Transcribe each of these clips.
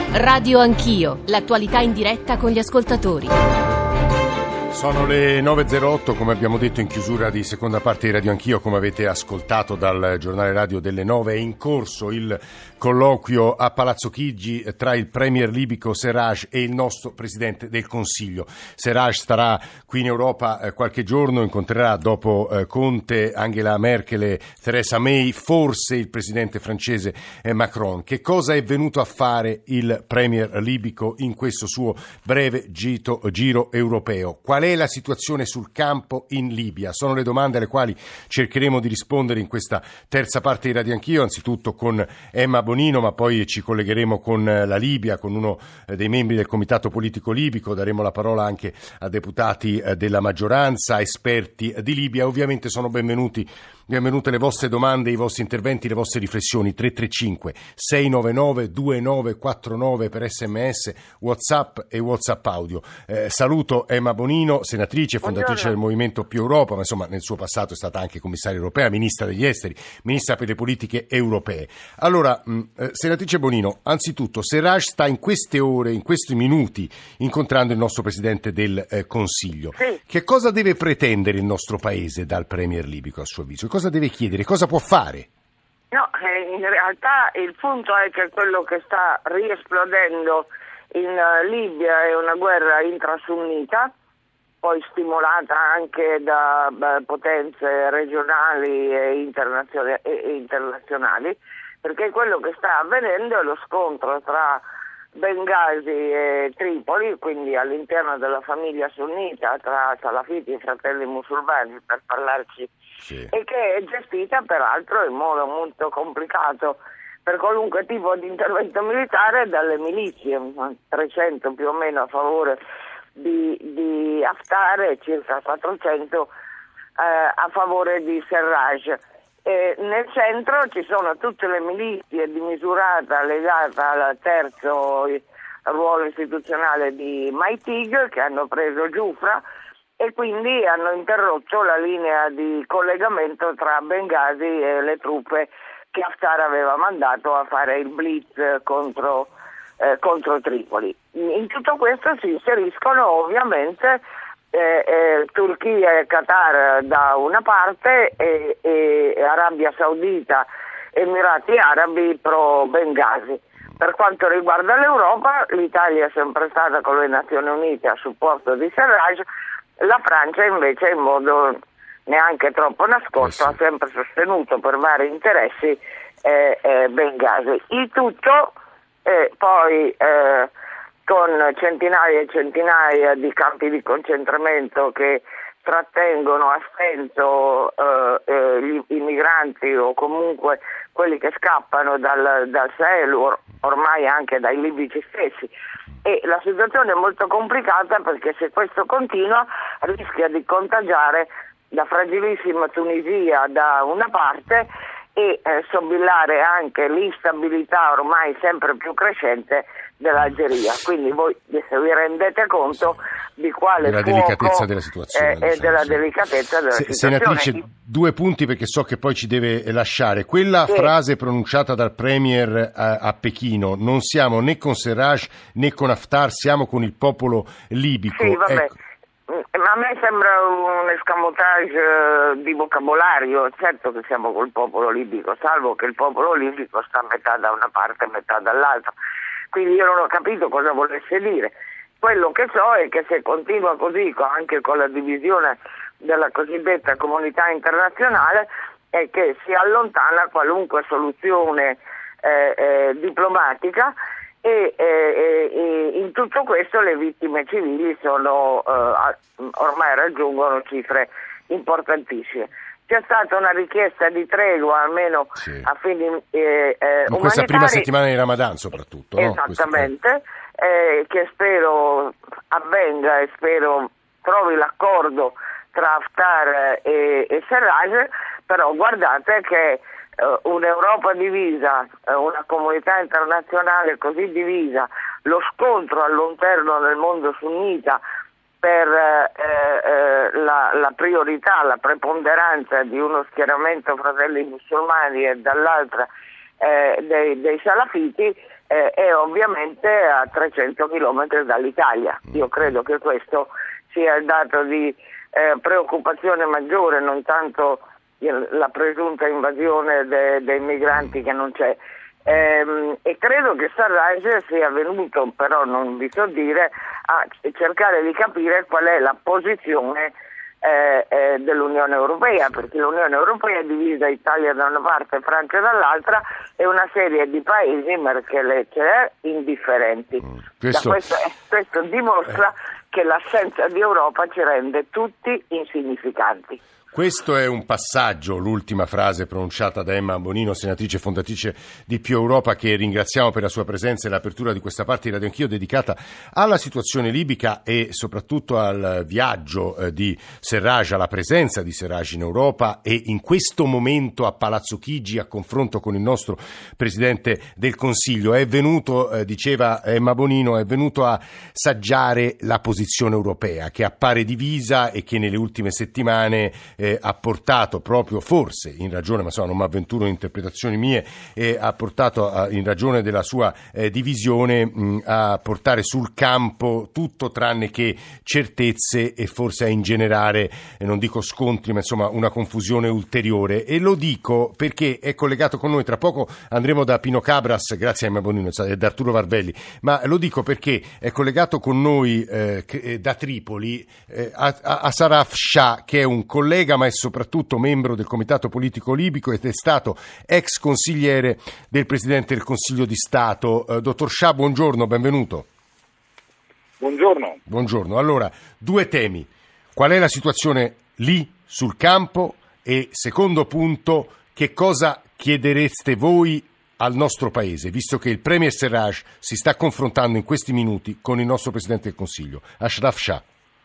Radio Anch'io, l'attualità in diretta con gli ascoltatori. Sono le 9.08, come abbiamo detto in chiusura di seconda parte di Radio Anch'io, come avete ascoltato dal giornale radio delle 9, è in corso il colloquio a Palazzo Chigi tra il premier libico Serraj e il nostro Presidente del Consiglio. Serraj starà qui in Europa qualche giorno, incontrerà dopo Conte, Angela Merkel e Theresa May, forse il Presidente francese Macron. Che cosa è venuto a fare il premier libico in questo suo breve giro europeo? Qual è la situazione sul campo in Libia? Sono le domande alle quali cercheremo di rispondere in questa terza parte di Radio Anch'io, anzitutto con Emma Bonino, ma poi ci collegheremo con la Libia, con uno dei membri del Comitato Politico Libico, daremo la parola anche a deputati della maggioranza, esperti di Libia. Ovviamente sono benvenute le vostre domande, i vostri interventi, le vostre riflessioni. 335 699 2949 per SMS, WhatsApp e WhatsApp audio. Saluto Emma Bonino, senatrice, fondatrice del Movimento Più Europa, ma insomma nel suo passato è stata anche commissaria europea, ministra degli esteri, ministra per le politiche europee. Allora, senatrice Bonino, anzitutto Serraj sta in queste ore, in questi minuti, incontrando il nostro Presidente del Consiglio. Sì. Che cosa deve pretendere il nostro Paese dal Premier libico, a suo avviso? Cosa deve chiedere? Cosa può fare? No, in realtà il punto è che quello che sta riesplodendo in Libia è una guerra intrasunnita, poi stimolata anche da potenze regionali e internazionali, perché quello che sta avvenendo è lo scontro tra Bengasi e Tripoli, quindi all'interno della famiglia sunnita tra salafiti e fratelli musulmani, per parlarci, sì. E che è gestita peraltro in modo molto complicato per qualunque tipo di intervento militare dalle milizie, 300 più o meno a favore di Haftar e circa 400 a favore di Serraj. Nel centro ci sono tutte le milizie di Misurata legata al terzo ruolo istituzionale di Maitig, che hanno preso Giufra e quindi hanno interrotto la linea di collegamento tra Bengasi e le truppe che Haftar aveva mandato a fare il blitz contro Tripoli. In tutto questo si inseriscono ovviamente Turchia e Qatar da una parte e Arabia Saudita, Emirati Arabi pro Bengasi. Per quanto riguarda l'Europa, l'Italia è sempre stata con le Nazioni Unite a supporto di Serraj, la Francia invece in modo neanche troppo nascosto ha sempre sostenuto per vari interessi Bengasi. Il tutto poi con centinaia e centinaia di campi di concentramento che trattengono a stento i migranti o comunque quelli che scappano dal Sahel, ormai anche dai libici stessi. E la situazione è molto complicata perché se questo continua rischia di contagiare la fragilissima Tunisia da una parte e sobillare anche l'instabilità ormai sempre più crescente dell'Algeria. Quindi voi vi rendete conto di quale della delicatezza della situazione e della delicatezza della situazione. Senatrice, 2 punti perché so che poi ci deve lasciare. Quella frase pronunciata dal Premier a Pechino: non siamo né con Serraj né con Haftar, siamo con il popolo libico. Sì, vabbè. Ecco. Ma a me sembra un escamotage di vocabolario. Certo che siamo col popolo libico, salvo che il popolo libico sta metà da una parte e metà dall'altra. Quindi io non ho capito cosa volesse dire. Quello che so è che se continua così, anche con la divisione della cosiddetta comunità internazionale, è che si allontana qualunque soluzione diplomatica e in tutto questo le vittime civili sono ormai raggiungono cifre importantissime. C'è stata una richiesta di tregua almeno a fini in questa prima settimana di Ramadan soprattutto, no? Esattamente, che spero avvenga e spero trovi l'accordo tra Haftar e Serraj, però guardate che un'Europa divisa, una comunità internazionale così divisa, lo scontro all'interno del mondo sunnita per la priorità, la preponderanza di uno schieramento fratelli musulmani e dall'altra dei salafiti e ovviamente a 300 chilometri dall'Italia. Io credo che questo sia il dato di preoccupazione maggiore, non tanto la presunta invasione dei migranti che non c'è. E credo che Sarraj sia venuto, però non vi so dire, a cercare di capire qual è la posizione dell'Unione Europea, perché l'Unione Europea è divisa, Italia da una parte e Francia dall'altra, e una serie di paesi, Merkel indifferenti. Questo dimostra che l'assenza di Europa ci rende tutti insignificanti. Questo è un passaggio, l'ultima frase pronunciata da Emma Bonino, senatrice fondatrice di Più Europa, che ringraziamo per la sua presenza e l'apertura di questa parte di Radio Anch'io dedicata alla situazione libica e soprattutto al viaggio di Serraj, alla presenza di Serraj in Europa e in questo momento a Palazzo Chigi a confronto con il nostro Presidente del Consiglio. È venuto, diceva Emma Bonino, è venuto a saggiare la posizione europea che appare divisa e che nelle ultime settimane ha portato proprio, forse in ragione, ma insomma non mi avventuro in interpretazioni mie, ha portato in ragione della sua divisione a portare sul campo tutto tranne che certezze e forse a ingenerare, non dico scontri, ma insomma una confusione ulteriore. E lo dico perché è collegato con noi, tra poco andremo da Pino Cabras, grazie a Emma Bonino e da Arturo Varvelli, ma lo dico perché è collegato con noi da Tripoli a Saraf Shah, che è un collega ma è soprattutto membro del Comitato Politico Libico ed è stato ex consigliere del Presidente del Consiglio di Stato. Dottor Shah, buongiorno, benvenuto. Buongiorno. Buongiorno. Allora, due temi. Qual è la situazione lì sul campo? E secondo punto, che cosa chiedereste voi al nostro Paese, visto che il Premier Serraj si sta confrontando in questi minuti con il nostro Presidente del Consiglio, Ashraf Shah?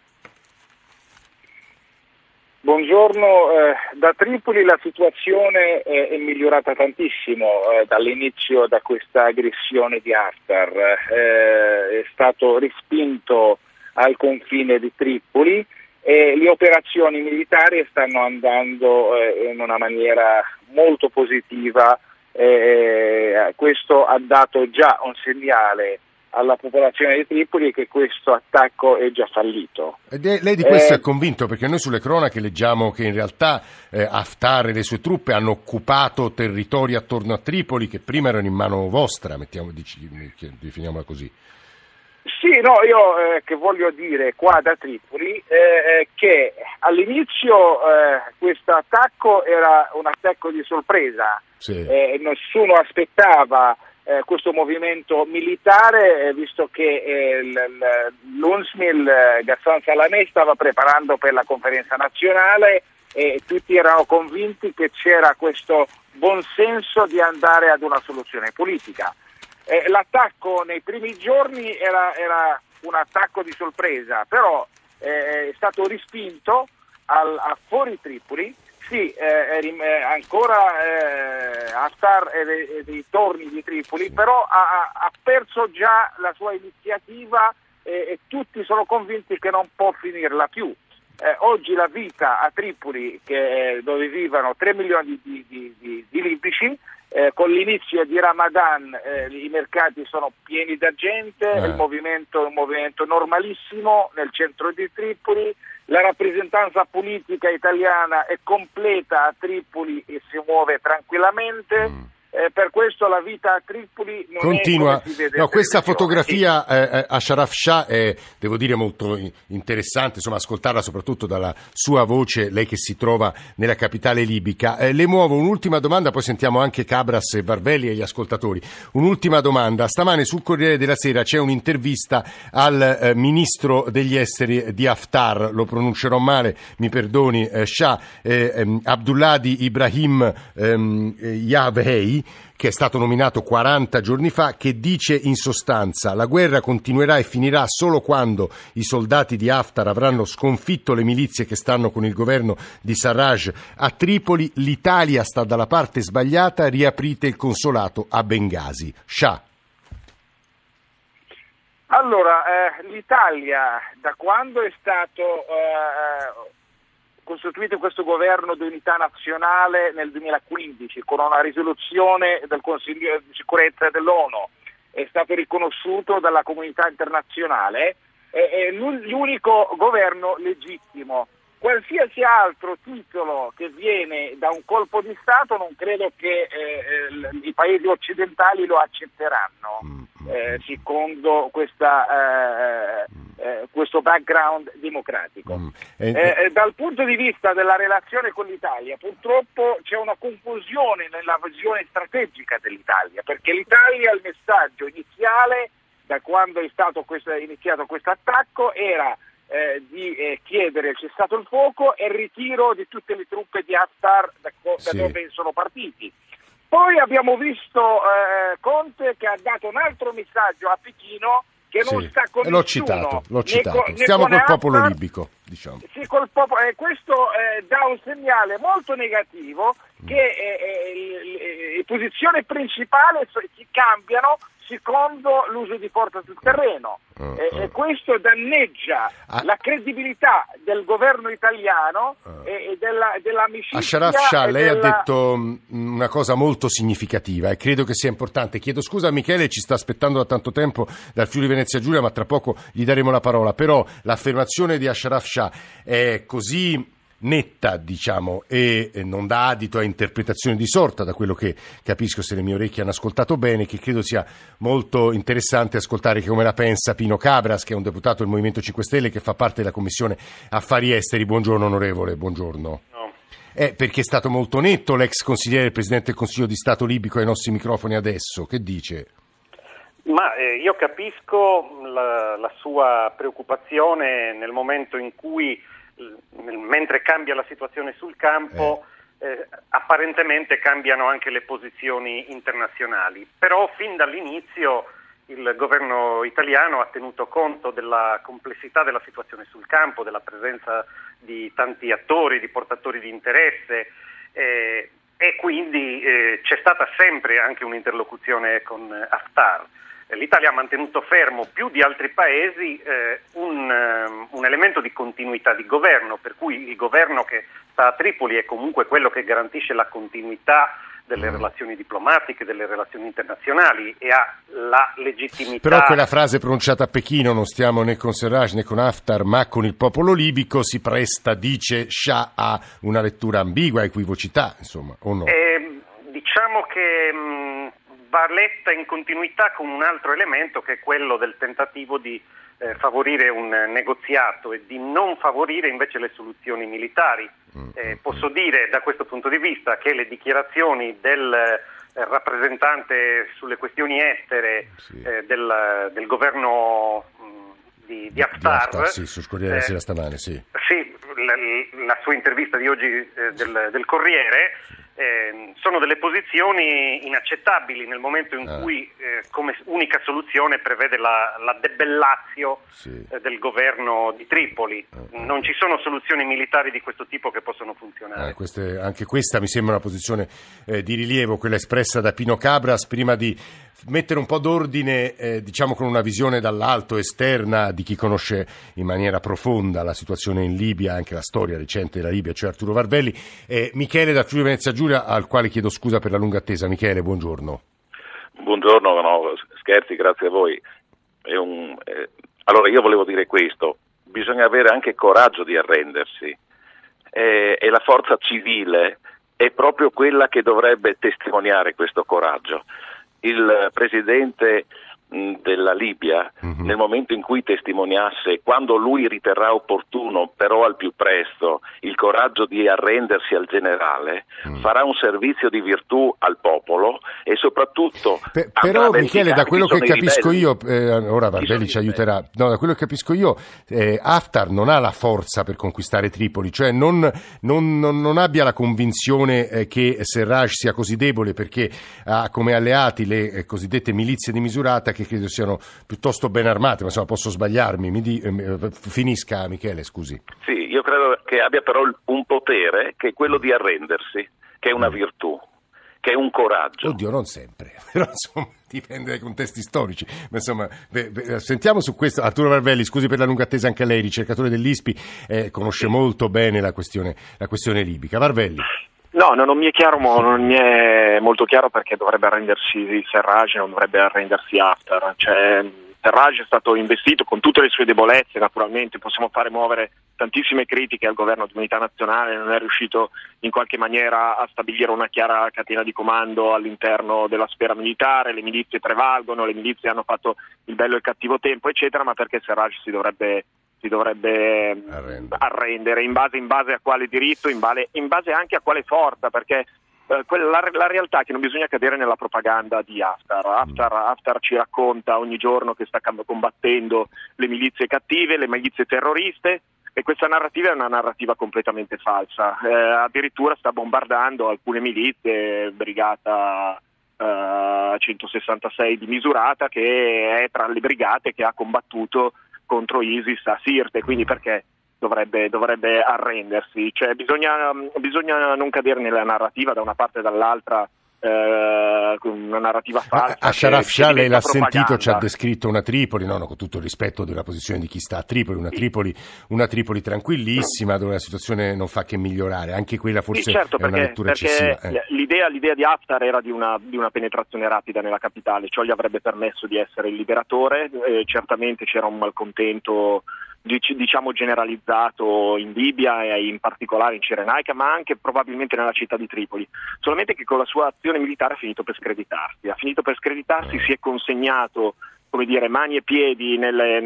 Buongiorno, da Tripoli la situazione è migliorata tantissimo dall'inizio da questa aggressione di Haftar. È stato respinto al confine di Tripoli e le operazioni militari stanno andando in una maniera molto positiva. Questo ha dato già un segnale alla popolazione di Tripoli che questo attacco è già fallito. Lei di questo è convinto? Perché noi sulle cronache leggiamo che in realtà Haftar e le sue truppe hanno occupato territori attorno a Tripoli che prima erano in mano vostra, definiamola così. Sì, no, io che voglio dire qua da Tripoli che all'inizio questo attacco era un attacco di sorpresa, sì. Nessuno aspettava questo movimento militare, visto che l'UNSMIL Ghassan Salamé stava preparando per la conferenza nazionale e tutti erano convinti che c'era questo buon senso di andare ad una soluzione politica. L'attacco nei primi giorni era un attacco di sorpresa, però è stato respinto a fuori Tripoli. Sì, ancora Haftar è dei torni di Tripoli, però ha perso già la sua iniziativa e tutti sono convinti che non può finirla più. Oggi la vita a Tripoli, dove vivono 3 milioni di libici, con l'inizio di Ramadan i mercati sono pieni da gente, il movimento è un movimento normalissimo nel centro di Tripoli. La rappresentanza politica italiana è completa a Tripoli e si muove tranquillamente. Per questo la vita a Tripoli non continua. È come si vede. No, questa fotografia a Sharaf Shah è, devo dire, molto interessante, insomma, ascoltarla soprattutto dalla sua voce, lei che si trova nella capitale libica. Le muovo un'ultima domanda, poi sentiamo anche Cabras e Varvelli e gli ascoltatori. Un'ultima domanda. Stamane sul Corriere della Sera c'è un'intervista al ministro degli esteri di Haftar, lo pronuncerò male, mi perdoni, Shah, Abdulladi Ibrahim Yavei, che è stato nominato 40 giorni fa, che dice in sostanza: la guerra continuerà e finirà solo quando i soldati di Haftar avranno sconfitto le milizie che stanno con il governo di Sarraj a Tripoli. L'Italia sta dalla parte sbagliata, riaprite il consolato a Bengasi. Shah. Allora, l'Italia, da quando è stato costituito questo governo di unità nazionale nel 2015 con una risoluzione del Consiglio di sicurezza dell'ONU è stato riconosciuto dalla comunità internazionale, è l'unico governo legittimo. Qualsiasi altro titolo che viene da un colpo di Stato non credo che i paesi occidentali lo accetteranno, secondo questo background democratico. Dal punto di vista della relazione con l'Italia, purtroppo c'è una confusione nella visione strategica dell'Italia, perché l'Italia, il messaggio iniziale, da quando è stato iniziato questo attacco, era di chiedere il cessato il fuoco e il ritiro di tutte le truppe di Haftar da dove sono partiti. Poi abbiamo visto Conte che ha dato un altro messaggio a Pechino che non sta con nessuno. L'ho citato. Stiamo col popolo libico, diciamo. Sì, questo dà un segnale molto negativo che le posizioni principali si cambiano secondo l'uso di forza sul terreno, e questo danneggia la credibilità del governo italiano e dell'amicizia. Ashraf Shah, lei ha detto una cosa molto significativa e credo che sia importante. Chiedo scusa a Michele, ci sta aspettando da tanto tempo dal Friuli Venezia Giulia, ma tra poco gli daremo la parola. Però l'affermazione di Ashraf Shah è così netta, diciamo, e non dà adito a interpretazioni di sorta, da quello che capisco, se le mie orecchie hanno ascoltato bene, che credo sia molto interessante ascoltare come la pensa Pino Cabras, che è un deputato del Movimento 5 Stelle che fa parte della Commissione Affari Esteri. Buongiorno onorevole, buongiorno. No. Perché è stato molto netto l'ex consigliere del Presidente del Consiglio di Stato libico ai nostri microfoni adesso. Che dice? Ma io capisco la sua preoccupazione nel momento in cui, mentre cambia la situazione sul campo, apparentemente cambiano anche le posizioni internazionali. Però fin dall'inizio il governo italiano ha tenuto conto della complessità della situazione sul campo, della presenza di tanti attori, di portatori di interesse, e quindi c'è stata sempre anche un'interlocuzione con Haftar. L'Italia ha mantenuto fermo più di altri paesi un elemento di continuità di governo, per cui il governo che sta a Tripoli è comunque quello che garantisce la continuità delle relazioni diplomatiche, delle relazioni internazionali, e ha la legittimità. Però quella frase pronunciata a Pechino, non stiamo né con Serraj né con Haftar ma con il popolo libico, si presta, dice Shah, a una lettura ambigua, a equivocità, insomma, o no? Diciamo che va letta in continuità con un altro elemento, che è quello del tentativo di favorire un negoziato e di non favorire invece le soluzioni militari. Posso dire da questo punto di vista che le dichiarazioni del rappresentante sulle questioni estere del governo di Haftar, sì, sul Corriere della Sera stamane, sì. Sì, la sua intervista di oggi del Corriere, sono delle posizioni inaccettabili nel momento in cui come unica soluzione prevede la debellatio del governo di Tripoli. Non ci sono soluzioni militari di questo tipo che possono funzionare. Anche questa mi sembra una posizione di rilievo, quella espressa da Pino Cabras, prima di mettere un po' d'ordine, diciamo con una visione dall'alto, esterna, di chi conosce in maniera profonda la situazione in Libia, anche la storia recente della Libia, cioè Arturo Varvelli. Michele dal Friuli Venezia Giulia, al quale chiedo scusa per la lunga attesa. Michele, buongiorno. Buongiorno, no, scherzi, grazie a voi. Allora io volevo dire questo: bisogna avere anche coraggio di arrendersi, e la forza civile è proprio quella che dovrebbe testimoniare questo coraggio. Il presidente della Libia, nel momento in cui testimoniasse, quando lui riterrà opportuno, però al più presto, il coraggio di arrendersi al generale, farà un servizio di virtù al popolo e soprattutto però Michele, da quello che capisco io, ora Varvelli ci aiuterà, no, da quello che capisco io, Haftar non ha la forza per conquistare Tripoli, cioè non abbia la convinzione che Serraj sia così debole, perché ha come alleati le cosiddette milizie di Misurata, che credo siano piuttosto ben armate, ma insomma posso sbagliarmi. Finisca Michele, scusi. Sì, io credo che abbia però un potere, che è quello di arrendersi, che è una virtù, che è un coraggio. Oddio, non sempre, però insomma dipende dai contesti storici. Ma insomma, sentiamo su questo. Arturo Varvelli, scusi per la lunga attesa anche a lei, ricercatore dell'ISPI, conosce molto bene la questione libica. Varvelli. No, non mi è molto chiaro perché dovrebbe arrendersi Serraj, non dovrebbe arrendersi Haftar. Cioè, Serraj è stato investito con tutte le sue debolezze, naturalmente possiamo fare muovere tantissime critiche al governo di unità nazionale, non è riuscito in qualche maniera a stabilire una chiara catena di comando all'interno della sfera militare, le milizie prevalgono, le milizie hanno fatto il bello e il cattivo tempo, eccetera, ma perché Serraj si dovrebbe arrendere in base a quale diritto, in base anche a quale forza, perché la realtà è che non bisogna cadere nella propaganda di Haftar. Haftar ci racconta ogni giorno che sta combattendo le milizie cattive, le milizie terroriste, e questa narrativa è una narrativa completamente falsa. Addirittura sta bombardando alcune milizie, brigata 166 di Misurata, che è tra le brigate che ha combattuto contro ISIS a Sirte, quindi perché dovrebbe arrendersi? Cioè bisogna non cadere nella narrativa da una parte e dall'altra, una narrativa falsa. A Sharaf Shah lei l'ha sentito, ci ha descritto una Tripoli, con tutto il rispetto della posizione di chi sta a Tripoli, una Tripoli tranquillissima, dove la situazione non fa che migliorare, anche quella forse certo, è una lettura eccessiva. L'idea di Haftar era di una penetrazione rapida nella capitale, ciò gli avrebbe permesso di essere il liberatore, certamente c'era un malcontento diciamo generalizzato in Libia e in particolare in Cirenaica, ma anche probabilmente nella città di Tripoli, solamente che con la sua azione militare ha finito per screditarsi, si è consegnato, come dire, mani e piedi nella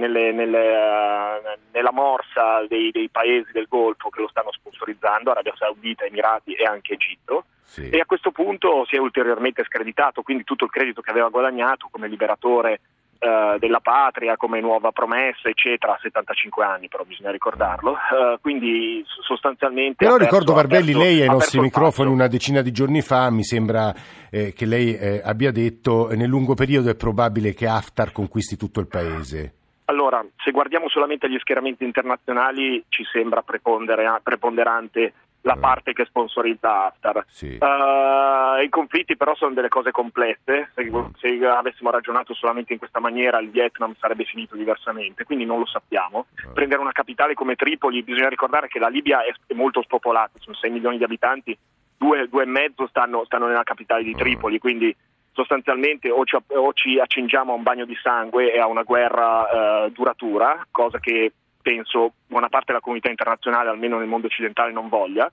morsa dei paesi del Golfo che lo stanno sponsorizzando, Arabia Saudita, Emirati e anche Egitto, sì. E a questo punto si è ulteriormente screditato, quindi tutto il credito che aveva guadagnato come liberatore della patria, come nuova promessa, eccetera, a 75 anni, però bisogna ricordarlo, quindi sostanzialmente. Però ricordo, Varvelli, lei ai nostri microfoni una decina di giorni fa, mi sembra che lei abbia detto nel lungo periodo è probabile che Haftar conquisti tutto il paese. Allora, se guardiamo solamente agli schieramenti internazionali ci sembra preponderante la parte che sponsorizza Haftar. Sì. I conflitti però sono delle cose complesse, se avessimo ragionato solamente in questa maniera il Vietnam sarebbe finito diversamente, quindi non lo sappiamo. Prendere una capitale come Tripoli, bisogna ricordare che la Libia è molto spopolata, sono 6 milioni di abitanti, 2,5 stanno nella capitale di Tripoli, quindi sostanzialmente o ci accingiamo a un bagno di sangue e a una guerra duratura, cosa che penso buona parte della comunità internazionale, almeno nel mondo occidentale, non voglia,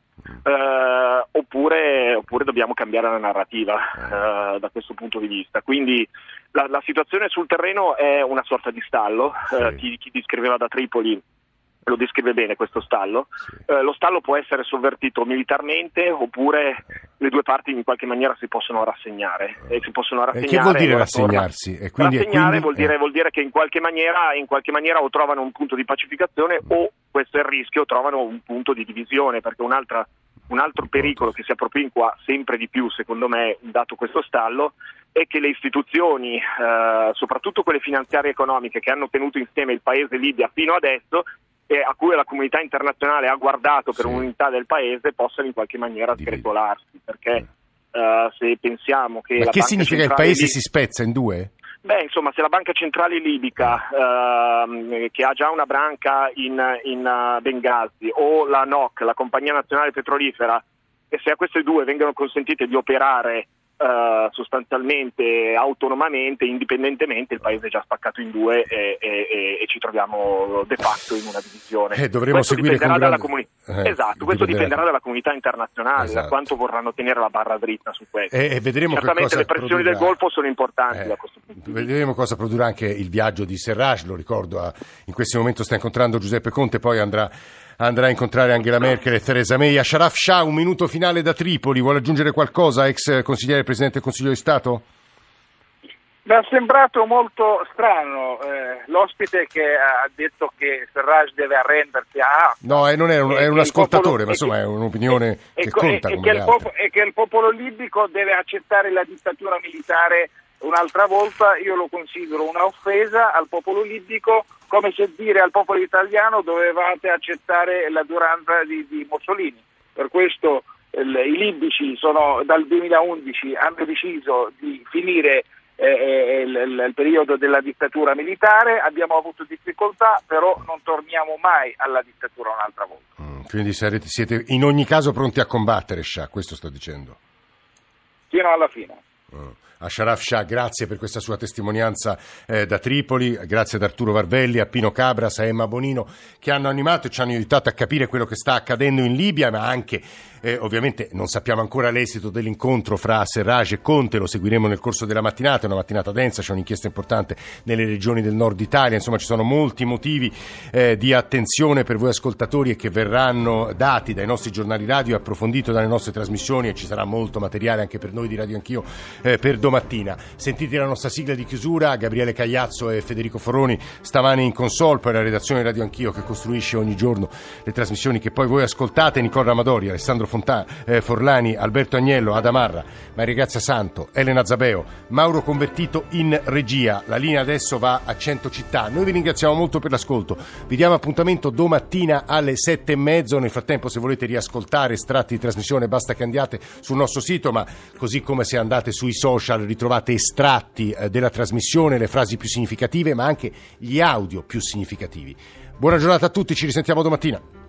oppure dobbiamo cambiare la narrativa da questo punto di vista. Quindi la situazione sul terreno è una sorta di stallo, chi descriveva da Tripoli lo descrive bene questo stallo. Lo stallo può essere sovvertito militarmente oppure le due parti in qualche maniera si possono rassegnare. Che vuol dire rassegnarsi? Rassegnare vuol dire che in qualche maniera o trovano un punto di pacificazione o, questo è il rischio, trovano un punto di divisione, perché un altro pericolo che si appropinqua sempre di più, secondo me, dato questo stallo, è che le istituzioni, soprattutto quelle finanziarie e economiche che hanno tenuto insieme il paese Libia fino adesso, e a cui la comunità internazionale ha guardato per un'unità del paese, possano in qualche maniera sgregolarsi, perché se pensiamo che... Ma che significa il paese si spezza in due? Beh, insomma, se la Banca Centrale Libica, che ha già una branca in Benghazi, o la NOC, la Compagnia Nazionale Petrolifera, e se a queste due vengono consentite di operare sostanzialmente autonomamente, indipendentemente, il paese è già spaccato in due e ci troviamo de facto in una divisione. Dovremo seguire questo dipenderà dalla comunità internazionale, da quanto vorranno tenere la barra dritta su questo. Vedremo certamente le pressioni del Golfo sono importanti da questo punto di vista. Vedremo cosa produrrà anche il viaggio di Serraj, lo ricordo, in questo momento sta incontrando Giuseppe Conte, poi andrà a incontrare Angela Merkel e Theresa May. A Sharaf Shah, un minuto finale da Tripoli, vuole aggiungere qualcosa, ex consigliere Presidente del Consiglio di Stato? Mi è sembrato molto strano l'ospite che ha detto che Serraj deve arrendersi a... No, non è un ascoltatore, ma insomma è un'opinione che conta. E che il popolo libico deve accettare la dittatura militare un'altra volta. Io lo considero una offesa al popolo libico, come se dire al popolo italiano dovevate accettare la duranza di Mussolini. Per questo i libici dal 2011 hanno deciso di finire il periodo della dittatura militare, abbiamo avuto difficoltà, però non torniamo mai alla dittatura un'altra volta. Quindi siete in ogni caso pronti a combattere, Shah, questo sto dicendo? Fino alla fine. Ashraf Shah, grazie per questa sua testimonianza da Tripoli, grazie ad Arturo Varvelli, a Pino Cabras, a Emma Bonino, che hanno animato e ci hanno aiutato a capire quello che sta accadendo in Libia, ma anche ovviamente non sappiamo ancora l'esito dell'incontro fra Serraj e Conte, lo seguiremo nel corso della mattinata, è una mattinata densa, c'è un'inchiesta importante nelle regioni del nord Italia, insomma ci sono molti motivi di attenzione per voi ascoltatori e che verranno dati dai nostri giornali radio, approfondito dalle nostre trasmissioni, e ci sarà molto materiale anche per noi di Radio Anch'io per domattina. Sentite la nostra sigla di chiusura, Gabriele Cagliazzo e Federico Forroni stamane in console, poi la redazione Radio Anch'io che costruisce ogni giorno le trasmissioni che poi voi ascoltate, Nicola Ramadori, Alessandro Forlani, Alberto Agnello, Adamarra, Maria Grazia Santo, Elena Zabeo, Mauro Convertito in regia. La linea adesso va a 100 città. Noi vi ringraziamo molto per l'ascolto, vi diamo appuntamento domattina alle 7:30. Nel frattempo, se volete riascoltare estratti di trasmissione, basta che andiate sul nostro sito, ma così come se andate sui social ritrovate estratti della trasmissione, le frasi più significative ma anche gli audio più significativi. Buona giornata a tutti, ci risentiamo domattina.